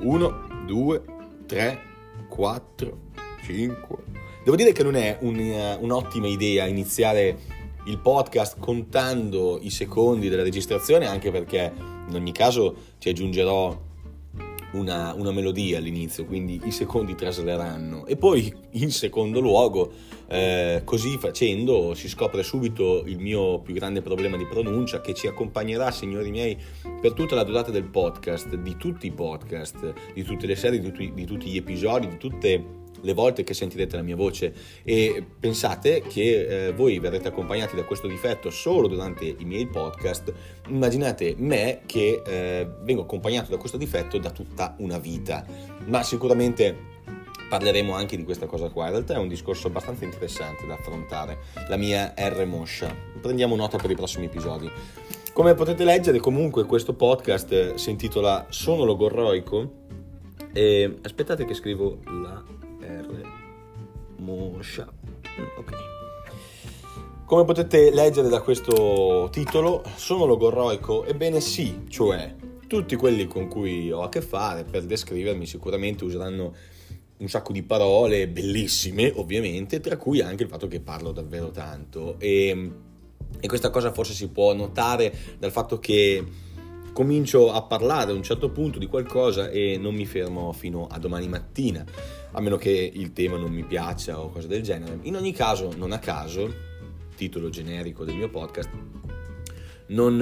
1, 2, 3, 4, 5. Devo dire che non è un'ottima idea iniziare il podcast contando i secondi della registrazione, anche perché in ogni caso ci aggiungerò una melodia all'inizio, quindi i secondi trasleranno. E poi in secondo luogo, così facendo si scopre subito il mio più grande problema di pronuncia, che ci accompagnerà, signori miei, per tutta la durata del podcast, di tutti i podcast, di tutte le serie, di tutti gli episodi, di tutte le volte che sentirete la mia voce. E pensate che voi verrete accompagnati da questo difetto solo durante i miei podcast. Immaginate me che vengo accompagnato da questo difetto da tutta una vita. Ma sicuramente parleremo anche di questa cosa qua. In realtà è un discorso abbastanza interessante da affrontare, la mia R moscia. Prendiamo nota per i prossimi episodi. Come potete leggere, comunque questo podcast si intitola Sono logorroico, e aspettate che scrivo la R moscia. Ok. Come potete leggere da questo titolo, sono logorroico? Ebbene sì, cioè tutti quelli con cui ho a che fare per descrivermi sicuramente useranno un sacco di parole bellissime, ovviamente, tra cui anche il fatto che parlo davvero tanto. E questa cosa forse si può notare dal fatto che comincio a parlare a un certo punto di qualcosa e non mi fermo fino a domani mattina, a meno che il tema non mi piaccia o cose del genere. In ogni caso, non a caso, titolo generico del mio podcast, non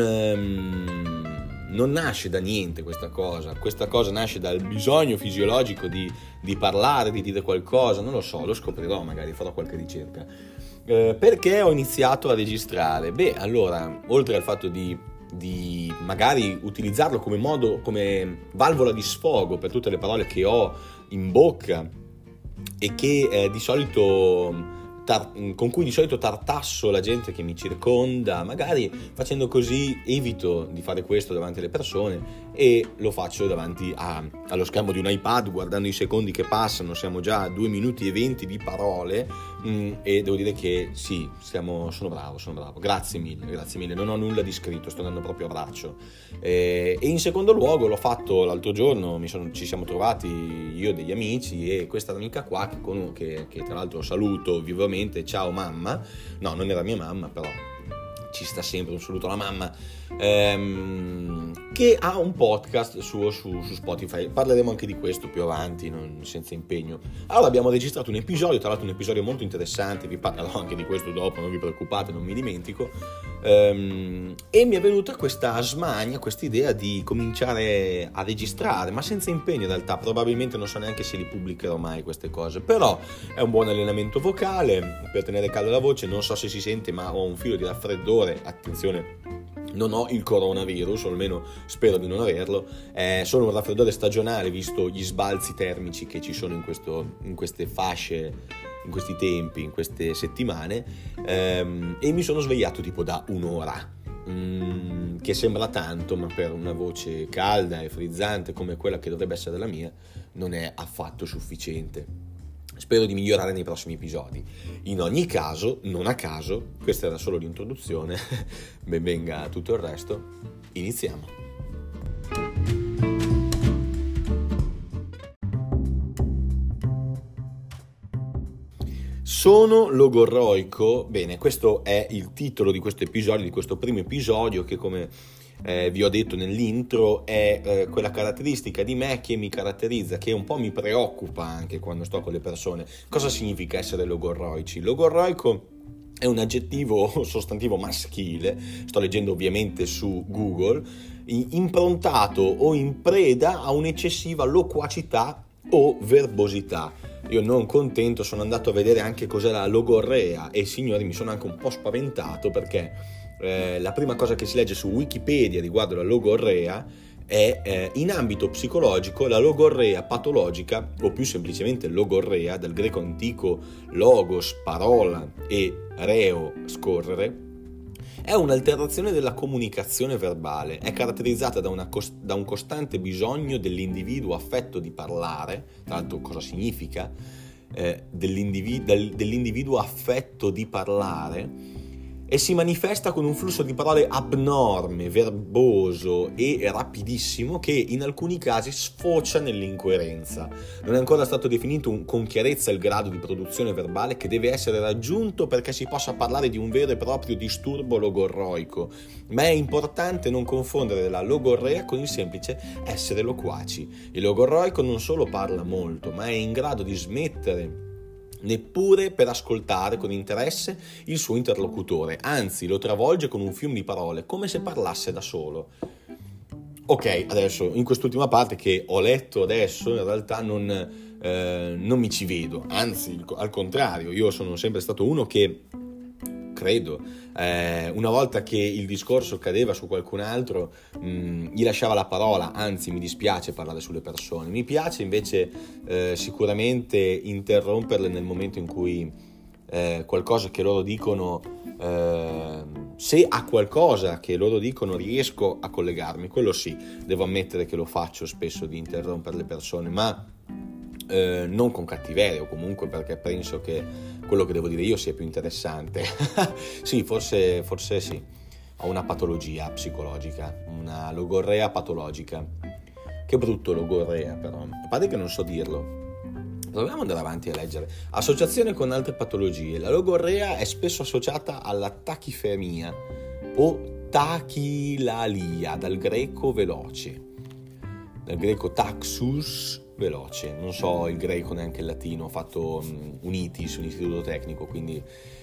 nasce da niente questa cosa nasce dal bisogno fisiologico di parlare, di dire qualcosa, non lo so, lo scoprirò, magari farò qualche ricerca. Perché ho iniziato a registrare? Beh, allora, oltre al fatto di magari utilizzarlo come valvola di sfogo per tutte le parole che ho in bocca e che di solito con cui di solito tartasso la gente che mi circonda, magari facendo così evito di fare questo davanti alle persone e lo faccio davanti allo schermo di un iPad, guardando i secondi che passano. Siamo già a 2 minuti e 20 di parole e devo dire che sì, sono bravo. Grazie mille, non ho nulla di scritto, sto andando proprio a braccio. E in secondo luogo l'ho fatto l'altro giorno, ci siamo trovati io e degli amici e questa amica qua che tra l'altro saluto vivamente. Ciao mamma. No, non era mia mamma, però ci sta sempre un saluto alla mamma, che ha un podcast suo su Spotify. Parleremo anche di questo più avanti, senza impegno. Allora abbiamo registrato un episodio, tra l'altro un episodio molto interessante, vi parlerò anche di questo dopo, non vi preoccupate, non mi dimentico, e mi è venuta questa smania, questa idea di cominciare a registrare, ma senza impegno in realtà. Probabilmente non so neanche se li pubblicherò mai queste cose, però è un buon allenamento vocale per tenere calda la voce. Non so se si sente, ma ho un filo di raffreddore, attenzione, non ho il coronavirus, o almeno spero di non averlo. Solo un raffreddore stagionale, visto gli sbalzi termici che ci sono in queste fasce, in questi tempi, in queste settimane, e mi sono svegliato tipo da un'ora, che sembra tanto, ma per una voce calda e frizzante come quella che dovrebbe essere la mia non è affatto sufficiente. Spero di migliorare nei prossimi episodi. In ogni caso, non a caso, questa era solo l'introduzione, ben venga tutto il resto. Iniziamo. Sono logorroico. Bene, questo è il titolo di questo episodio, di questo primo episodio, che come vi ho detto nell'intro è quella caratteristica di me che mi caratterizza, che un po' mi preoccupa anche quando sto con le persone. Cosa significa essere logorroici? Logorroico è un aggettivo sostantivo maschile, sto leggendo ovviamente su Google, improntato o in preda a un'eccessiva loquacità o verbosità. Io, non contento, sono andato a vedere anche cos'è la logorrea e, signori, mi sono anche un po' spaventato, perché la prima cosa che si legge su Wikipedia riguardo la logorrea è in ambito psicologico la logorrea patologica, o più semplicemente logorrea, dal greco antico logos, parola, e reo, scorrere, è un'alterazione della comunicazione verbale. È caratterizzata da un costante bisogno dell'individuo affetto di parlare. Tra l'altro, cosa significa dell'individuo affetto di parlare? e si manifesta con un flusso di parole abnorme, verboso e rapidissimo che in alcuni casi sfocia nell'incoerenza. Non è ancora stato definito con chiarezza il grado di produzione verbale che deve essere raggiunto perché si possa parlare di un vero e proprio disturbo logorroico, ma è importante non confondere la logorrea con il semplice essere loquaci. Il logorroico non solo parla molto, ma è in grado di smettere neppure per ascoltare con interesse il suo interlocutore, anzi lo travolge con un fiume di parole, come se parlasse da solo. Ok, adesso in quest'ultima parte che ho letto adesso in realtà non mi ci vedo, anzi al contrario, io sono sempre stato uno che credo, una volta che il discorso cadeva su qualcun altro, gli lasciava la parola, anzi mi dispiace parlare sulle persone, mi piace invece sicuramente interromperle nel momento in cui qualcosa che loro dicono, se a qualcosa che loro dicono riesco a collegarmi, quello sì, devo ammettere che lo faccio spesso di interrompere le persone, ma non con cattiveria o comunque perché penso che quello che devo dire io sia più interessante. Sì, forse sì, ho una patologia psicologica, una logorrea patologica. Che brutto logorrea però, a parte che non so dirlo. Proviamo ad andare avanti a leggere. Associazione con altre patologie. La logorrea è spesso associata alla tachifemia o tachilalia, dal greco veloce, dal greco taxus, veloce. Non so il greco neanche il latino, ho fatto un ITIS, un istituto tecnico, quindi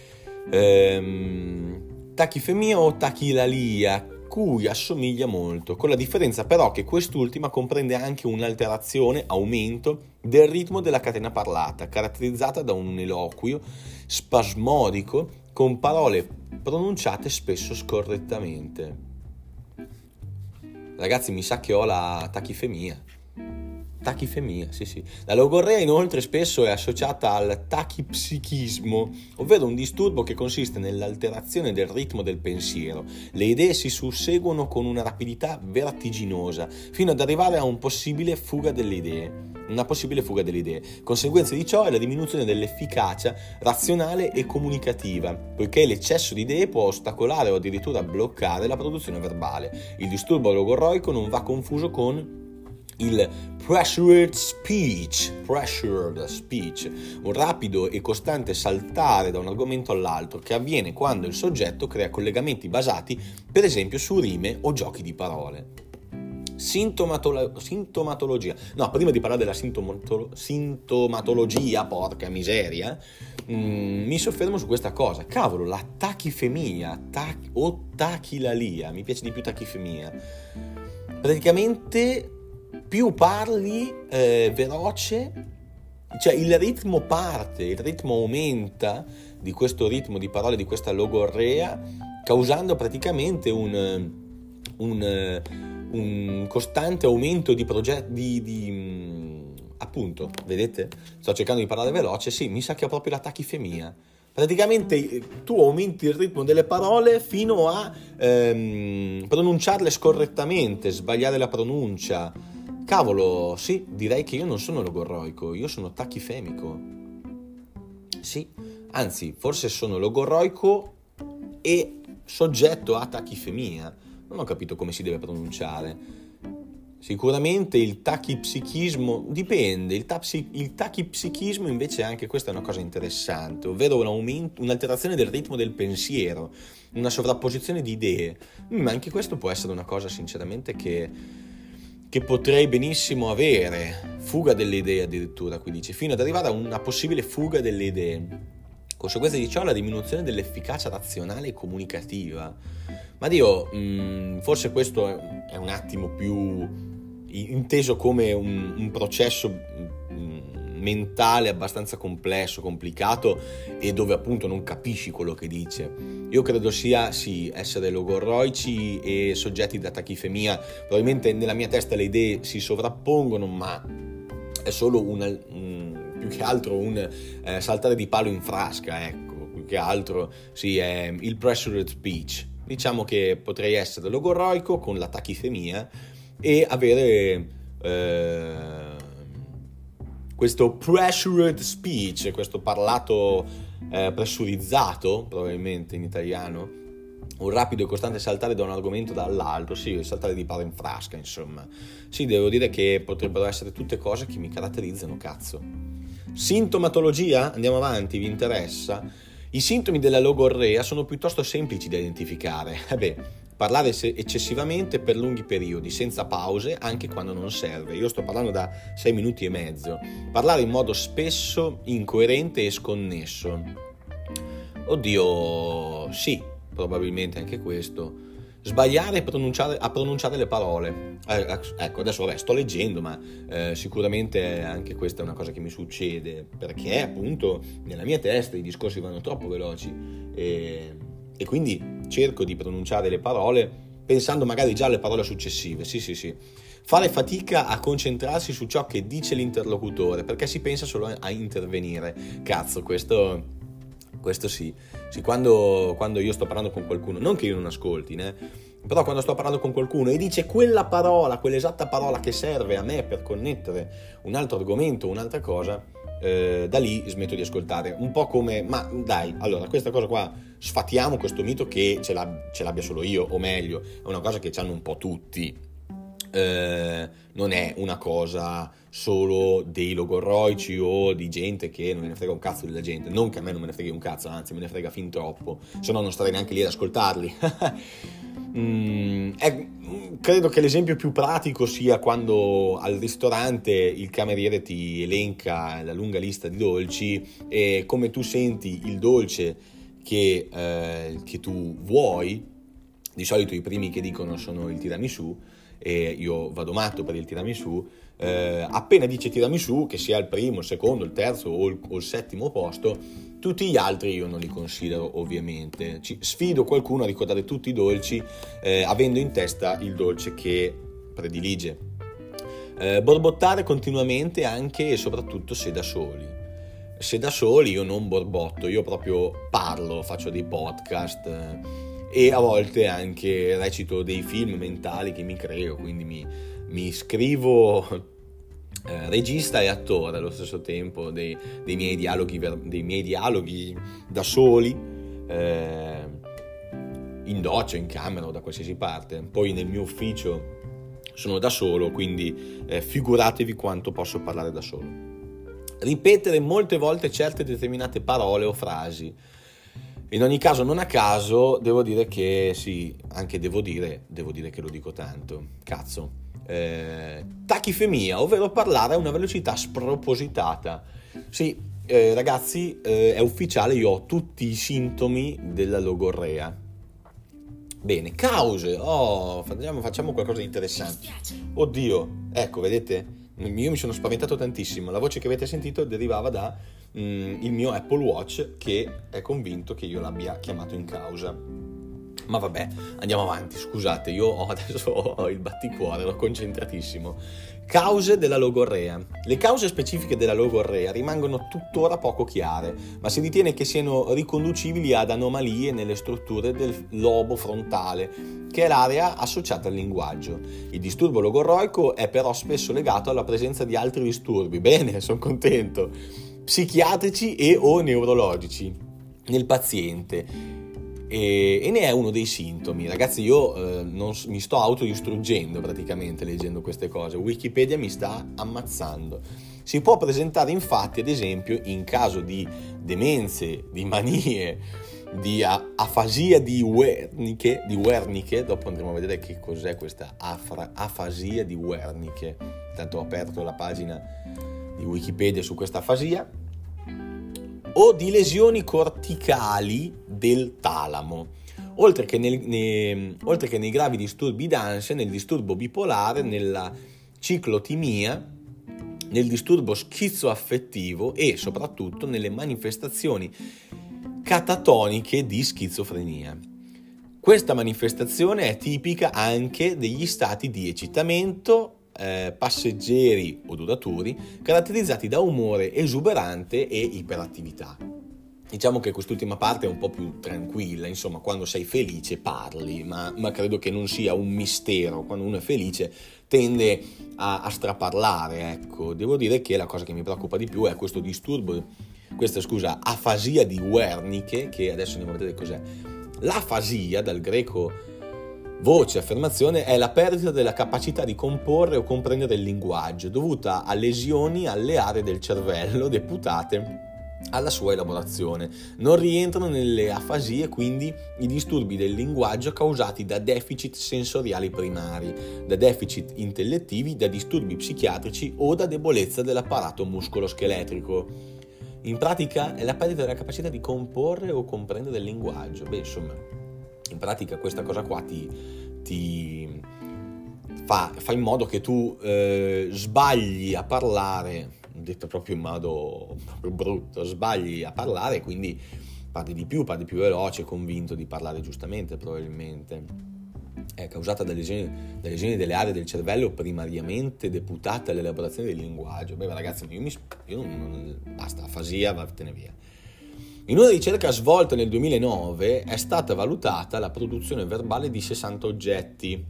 tachifemia o tachilalia, cui assomiglia molto, con la differenza però che quest'ultima comprende anche un'alterazione, aumento del ritmo della catena parlata, caratterizzata da un eloquio spasmodico con parole pronunciate spesso scorrettamente. Ragazzi, mi sa che ho la tachifemia. Tachifemia, sì. La logorrea inoltre spesso è associata al tachipsichismo, ovvero un disturbo che consiste nell'alterazione del ritmo del pensiero. Le idee si susseguono con una rapidità vertiginosa, fino ad arrivare a una possibile fuga delle idee. Conseguenza di ciò è la diminuzione dell'efficacia razionale e comunicativa, poiché l'eccesso di idee può ostacolare o addirittura bloccare la produzione verbale. Il disturbo logorroico non va confuso con il pressured speech, un rapido e costante saltare da un argomento all'altro che avviene quando il soggetto crea collegamenti basati, per esempio, su rime o giochi di parole. Sintomatologia. No, prima di parlare della sintomatologia, porca miseria, mi soffermo su questa cosa. Cavolo, la tachifemia o tachilalia, mi piace di più tachifemia. Praticamente più parli veloce, cioè il ritmo aumenta di questo ritmo di parole, di questa logorrea, causando praticamente un costante aumento di appunto, vedete? Sto cercando di parlare veloce, sì, mi sa che ho proprio la tachifemia. Praticamente tu aumenti il ritmo delle parole fino a pronunciarle scorrettamente, sbagliare la pronuncia. Cavolo, sì, direi che io non sono logorroico, io sono tachifemico. Sì, anzi, forse sono logorroico e soggetto a tachifemia. Non ho capito come si deve pronunciare. Sicuramente il tachipsichismo dipende. Il tachipsichismo invece anche questa è una cosa interessante, ovvero un'alterazione del ritmo del pensiero, una sovrapposizione di idee. Ma anche questo può essere una cosa sinceramente che potrei benissimo avere, fuga delle idee addirittura, qui dice, fino ad arrivare a una possibile fuga delle idee. Conseguenza di ciò la diminuzione dell'efficacia razionale e comunicativa. Ma Dio, forse questo è un attimo più inteso come un processo mentale abbastanza complesso, complicato e dove appunto non capisci quello che dice. Io credo sia sì, essere logorroici e soggetti da tachifemia. Probabilmente nella mia testa le idee si sovrappongono, ma è solo più che altro un saltare di palo in frasca, ecco, più che altro sì, è il pressured speech. Diciamo che potrei essere logorroico con la tachifemia e avere questo pressured speech, questo parlato pressurizzato, probabilmente in italiano, un rapido e costante saltare da un argomento all'altro, sì, saltare di palo in frasca, insomma. Sì, devo dire che potrebbero essere tutte cose che mi caratterizzano, cazzo. Sintomatologia? Andiamo avanti, vi interessa? I sintomi della logorrea sono piuttosto semplici da identificare. Parlare eccessivamente per lunghi periodi, senza pause, anche quando non serve. Io sto parlando da 6 minuti e mezzo. Parlare in modo spesso, incoerente e sconnesso. Oddio, sì, probabilmente anche questo. Sbagliare a pronunciare le parole. Ecco, adesso sto leggendo, ma sicuramente anche questa è una cosa che mi succede, perché appunto nella mia testa i discorsi vanno troppo veloci e quindi cerco di pronunciare le parole pensando magari già alle parole successive. Sì. Fare fatica a concentrarsi su ciò che dice l'interlocutore, perché si pensa solo a intervenire. Cazzo, questo sì, quando io sto parlando con qualcuno, non che io non ascolti, però quando sto parlando con qualcuno e dice quella parola, quell'esatta parola che serve a me per connettere un altro argomento, un'altra cosa, da lì smetto di ascoltare. Un po' come, ma dai, allora questa cosa qua, sfatiamo questo mito che ce l'abbia solo io, o meglio, è una cosa che hanno un po' tutti. Non è una cosa solo dei logorroici o di gente che non me ne frega un cazzo della gente. Non che a me non me ne freghi un cazzo, anzi me ne frega fin troppo, se no non starei neanche lì ad ascoltarli. Credo che l'esempio più pratico sia quando al ristorante il cameriere ti elenca la lunga lista di dolci e come tu senti il dolce che tu vuoi. Di solito i primi che dicono sono il tiramisù, e io vado matto per il tiramisù. Appena dice tiramisù, che sia il primo, il secondo, il terzo o il settimo posto, tutti gli altri io non li considero, ovviamente. Sfido qualcuno a ricordare tutti i dolci avendo in testa il dolce che predilige. Borbottare continuamente anche e soprattutto se da soli. Se da soli io non borbotto, io proprio parlo, faccio dei podcast e a volte anche recito dei film mentali che mi creo, quindi mi scrivo regista e attore allo stesso tempo dei miei dialoghi da soli, in doccia, in camera o da qualsiasi parte. Poi nel mio ufficio sono da solo, quindi figuratevi quanto posso parlare da solo. Ripetere molte volte certe determinate parole o frasi. In ogni caso, non a caso, devo dire che sì, anche devo dire che lo dico tanto, cazzo. Tachifemia, ovvero parlare a una velocità spropositata. Sì, ragazzi, è ufficiale, io ho tutti i sintomi della logorrea. Bene, cause, facciamo qualcosa di interessante. Oddio, ecco, vedete? Io mi sono spaventato tantissimo, la voce che avete sentito derivava da il mio Apple Watch, che è convinto che io l'abbia chiamato in causa. Ma vabbè, andiamo avanti, scusate, io adesso ho il batticuore, ero concentratissimo. Cause della logorrea. Le cause specifiche della logorrea rimangono tuttora poco chiare, ma si ritiene che siano riconducibili ad anomalie nelle strutture del lobo frontale, che è l'area associata al linguaggio. Il disturbo logorroico è però spesso legato alla presenza di altri disturbi, bene, sono contento, psichiatrici e o neurologici nel paziente. E ne è uno dei sintomi. Ragazzi, io non mi sto autodistruggendo praticamente leggendo queste cose. Wikipedia mi sta ammazzando. Si può presentare infatti, ad esempio, in caso di demenze, di manie, di afasia di Wernicke, dopo andremo a vedere che cos'è questa afasia di Wernicke. Tanto ho aperto la pagina di Wikipedia su questa afasia, o di lesioni corticali del talamo, oltre che nei gravi disturbi d'ansia, nel disturbo bipolare, nella ciclotimia, nel disturbo schizoaffettivo e soprattutto nelle manifestazioni catatoniche di schizofrenia. Questa manifestazione è tipica anche degli stati di eccitamento passeggeri o duraturi, caratterizzati da umore esuberante e iperattività. Diciamo che quest'ultima parte è un po' più tranquilla, insomma, quando sei felice parli, ma credo che non sia un mistero. Quando uno è felice tende a straparlare, ecco. Devo dire che la cosa che mi preoccupa di più è questo disturbo questa afasia di Wernicke, che adesso andiamo a vedere cos'è. L'afasia, dal greco voce, affermazione, è la perdita della capacità di comporre o comprendere il linguaggio, dovuta a lesioni alle aree del cervello deputate alla sua elaborazione. Non rientrano nelle afasie quindi i disturbi del linguaggio causati da deficit sensoriali primari, da deficit intellettivi, da disturbi psichiatrici o da debolezza dell'apparato muscoloscheletrico. In pratica è la perdita della capacità di comporre o comprendere il linguaggio. Insomma, in pratica questa cosa qua ti fa in modo che tu sbagli a parlare, detto proprio in modo proprio brutto, sbagli a parlare, quindi parli più veloce, convinto di parlare giustamente, probabilmente. È causata da lesioni delle aree del cervello primariamente deputate all'elaborazione del linguaggio. Ragazzi, basta, afasia, vattene via. In una ricerca svolta nel 2009 è stata valutata la produzione verbale di 60 oggetti,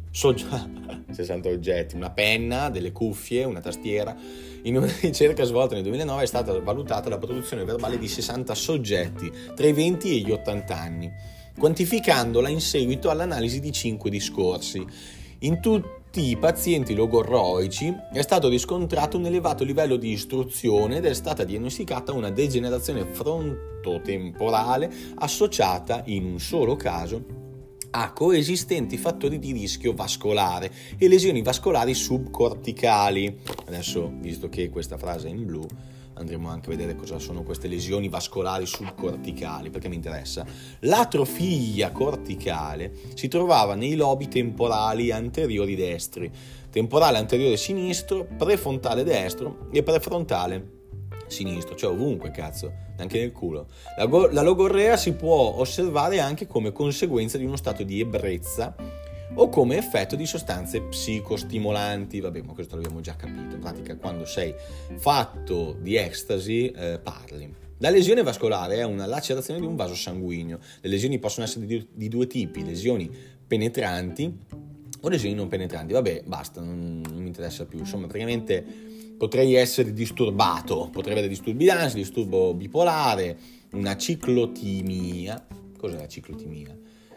60 oggetti, una penna, delle cuffie, una tastiera. In una ricerca svolta nel 2009 è stata valutata la produzione verbale di 60 soggetti tra i 20 e gli 80 anni, quantificandola in seguito all'analisi di 5 discorsi. In tutti i pazienti logorroici è stato riscontrato un elevato livello di istruzione ed è stata diagnosticata una degenerazione frontotemporale associata, in un solo caso, a coesistenti fattori di rischio vascolare e lesioni vascolari subcorticali. Adesso, visto che questa frase è in blu, andremo anche a vedere cosa sono queste lesioni vascolari subcorticali, perché mi interessa. L'atrofia corticale si trovava nei lobi temporali anteriori destri, temporale anteriore sinistro, prefrontale destro e prefrontale sinistro, cioè ovunque, cazzo, anche nel culo. La logorrea si può osservare anche come conseguenza di uno stato di ebbrezza o come effetto di sostanze psicostimolanti. Vabbè, ma questo l'abbiamo già capito. In pratica, quando sei fatto di ecstasy, parli. La lesione vascolare è una lacerazione di un vaso sanguigno. Le lesioni possono essere di due tipi: lesioni penetranti o lesioni non penetranti. Vabbè, basta, non mi interessa più. Insomma, praticamente potrei essere disturbato, potrei avere disturbi d'ansia, disturbo bipolare, una ciclotimia. Cos'è la ciclotimia?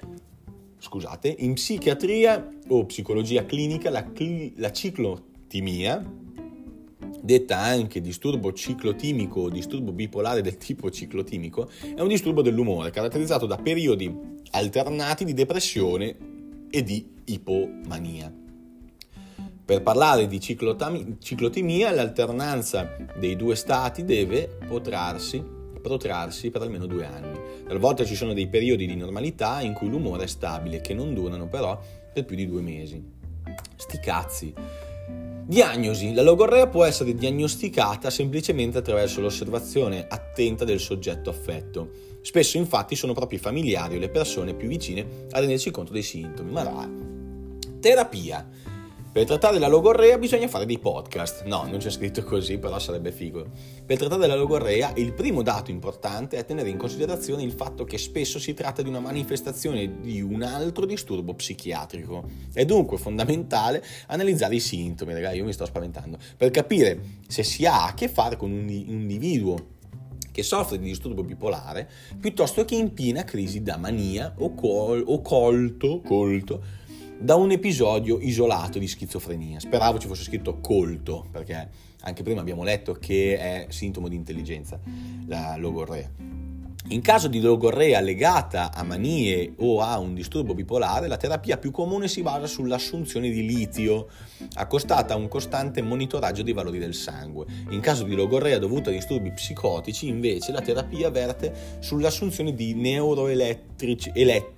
Scusate, in psichiatria o psicologia clinica la ciclotimia, detta anche disturbo ciclotimico o disturbo bipolare del tipo ciclotimico, è un disturbo dell'umore caratterizzato da periodi alternati di depressione e di ipomania. Per parlare di ciclotimia, l'alternanza dei due stati deve protrarsi per almeno 2 anni. Talvolta ci sono dei periodi di normalità in cui l'umore è stabile, che non durano però per più di 2 mesi. Sti cazzi. Diagnosi. La logorrea può essere diagnosticata semplicemente attraverso l'osservazione attenta del soggetto affetto. Spesso infatti sono proprio i familiari o le persone più vicine a rendersi conto dei sintomi. Ma va. Terapia. Per trattare la logorrea bisogna fare dei podcast. No, non c'è scritto così, però sarebbe figo. Per trattare la logorrea, il primo dato importante è tenere in considerazione il fatto che spesso si tratta di una manifestazione di un altro disturbo psichiatrico. È dunque fondamentale analizzare i sintomi, ragazzi, io mi sto spaventando, per capire se si ha a che fare con un individuo che soffre di disturbo bipolare, piuttosto che in piena crisi da mania o colto da un episodio isolato di schizofrenia. Speravo ci fosse scritto colto, perché anche prima abbiamo letto che è sintomo di intelligenza la logorrea. In caso di logorrea legata a manie o a un disturbo bipolare, la terapia più comune si basa sull'assunzione di litio, accostata a un costante monitoraggio dei valori del sangue. In caso di logorrea dovuta a disturbi psicotici, invece, la terapia verte sull'assunzione di neurolettici,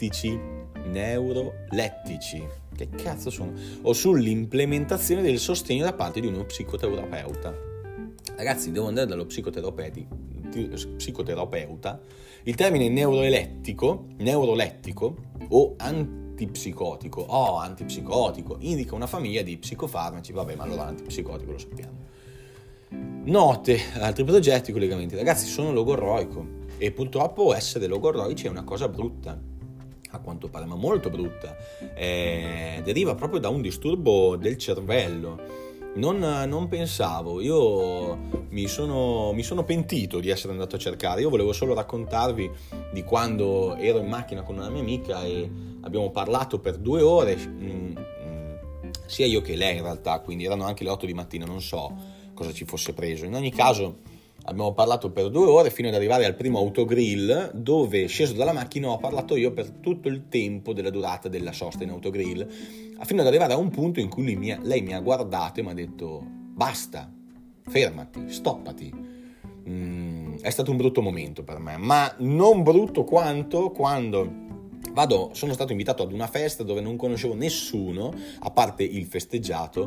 che cazzo sono? O sull'implementazione del sostegno da parte di uno psicoterapeuta. Ragazzi, devo andare dallo psicoterapeuta. Il termine neurolettico o antipsicotico indica una famiglia di psicofarmaci. Vabbè, ma allora antipsicotico lo sappiamo. Note, altri progetti, collegamenti. Ragazzi, sono logorroico e purtroppo essere logorroici è una cosa brutta, a quanto pare, ma molto brutta. Deriva proprio da un disturbo del cervello. Non pensavo, io mi sono pentito di essere andato a cercare. Io volevo solo raccontarvi di quando ero in macchina con una mia amica e abbiamo parlato per 2 ore, sia io che lei in realtà, quindi erano anche le 8 di mattina, non so cosa ci fosse preso. In ogni caso abbiamo parlato per 2 ore fino ad arrivare al primo autogrill, dove, sceso dalla macchina, ho parlato io per tutto il tempo della durata della sosta in autogrill, fino ad arrivare a un punto in cui lei mi ha guardato e mi ha detto: basta, fermati, stoppati. È stato un brutto momento per me, ma non brutto quanto quando sono stato invitato ad una festa dove non conoscevo nessuno, a parte il festeggiato,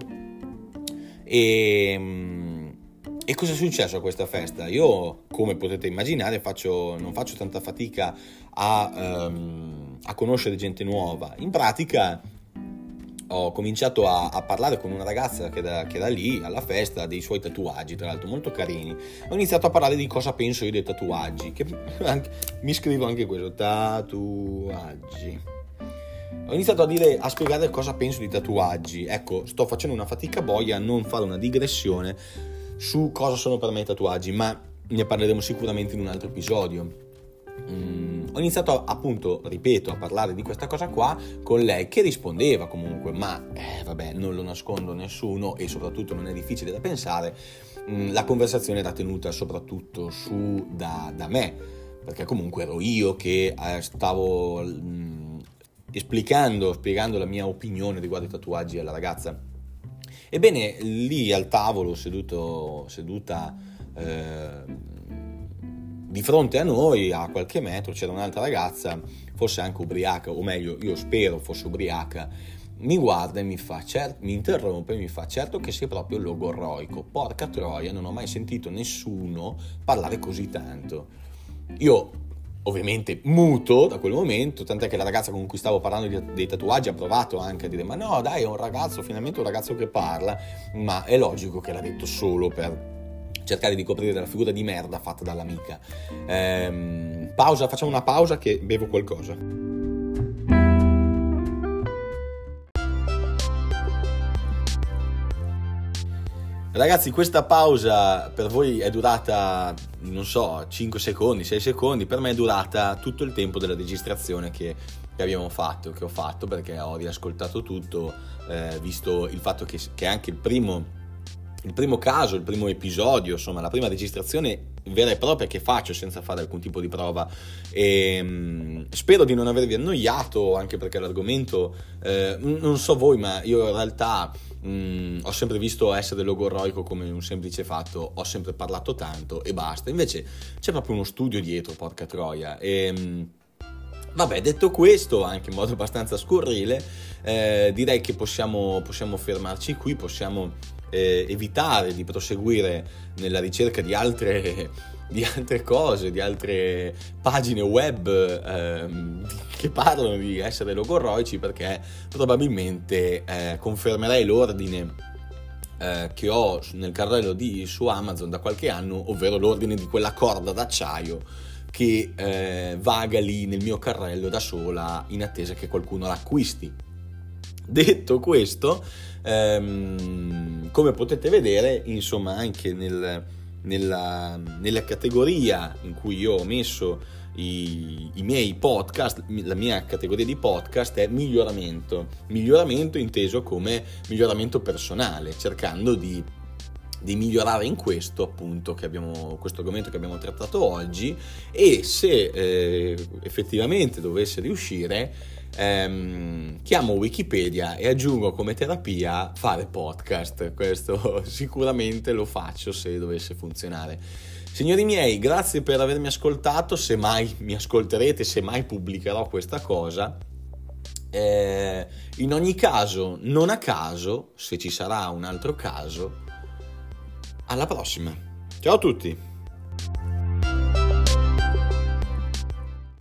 e cosa è successo a questa festa? Io, come potete immaginare, non faccio tanta fatica a conoscere gente nuova. In pratica ho cominciato a parlare con una ragazza che era lì alla festa, dei suoi tatuaggi, tra l'altro molto carini. Ho iniziato a parlare di cosa penso io dei tatuaggi, che mi scrivo anche questo, tatuaggi. Ho iniziato a spiegare cosa penso di tatuaggi. Ecco, sto facendo una fatica boia a non fare una digressione su cosa sono per me i tatuaggi, ma ne parleremo sicuramente in un altro episodio. Ho iniziato appunto, ripeto, a parlare di questa cosa qua con lei, che rispondeva comunque, ma vabbè, non lo nascondo a nessuno e soprattutto non è difficile da pensare. La conversazione era tenuta soprattutto da me, perché comunque ero io che stavo spiegando la mia opinione riguardo ai tatuaggi alla ragazza. Ebbene, lì al tavolo, seduta di fronte a noi, a qualche metro, c'era un'altra ragazza, forse anche ubriaca, o meglio, io spero fosse ubriaca. Mi guarda e mi interrompe e mi fa: certo che sei proprio logorroico, porca troia, non ho mai sentito nessuno parlare così tanto. Io ovviamente muto da quel momento, tant'è che la ragazza con cui stavo parlando dei tatuaggi ha provato anche a dire: ma no dai, è un ragazzo, finalmente un ragazzo che parla. Ma è logico che l'ha detto solo per cercare di coprire la figura di merda fatta dall'amica. Facciamo una pausa che bevo qualcosa. Ragazzi, questa pausa per voi è durata, non so, 5 secondi, 6 secondi, per me è durata tutto il tempo della registrazione che ho fatto, perché ho riascoltato tutto, visto il fatto che anche il primo caso, il primo episodio, insomma la prima registrazione vera e propria che faccio senza fare alcun tipo di prova, e spero di non avervi annoiato, anche perché l'argomento, non so voi, ma io in realtà ho sempre visto essere logorroico come un semplice fatto, ho sempre parlato tanto e basta. Invece c'è proprio uno studio dietro, porca troia. Vabbè, detto questo, anche in modo abbastanza scurrile, direi che possiamo fermarci qui, possiamo evitare di proseguire nella ricerca di altre cose, di altre pagine web che parlano di essere logorroici, perché probabilmente confermerei l'ordine che ho nel carrello su Amazon da qualche anno, ovvero l'ordine di quella corda d'acciaio che vaga lì nel mio carrello da sola in attesa che qualcuno l'acquisti. Detto questo, come potete vedere, insomma, anche nella categoria in cui io ho messo i miei podcast, la mia categoria di podcast è miglioramento inteso come miglioramento personale, cercando di migliorare in questo, appunto, questo argomento che abbiamo trattato oggi. E se effettivamente dovesse riuscire, chiamo Wikipedia e aggiungo come terapia fare podcast. Questo sicuramente lo faccio se dovesse funzionare. Signori miei, grazie per avermi ascoltato, se mai mi ascolterete, se mai pubblicherò questa cosa. In ogni caso, non a caso, se ci sarà un altro caso, alla prossima. Ciao a tutti!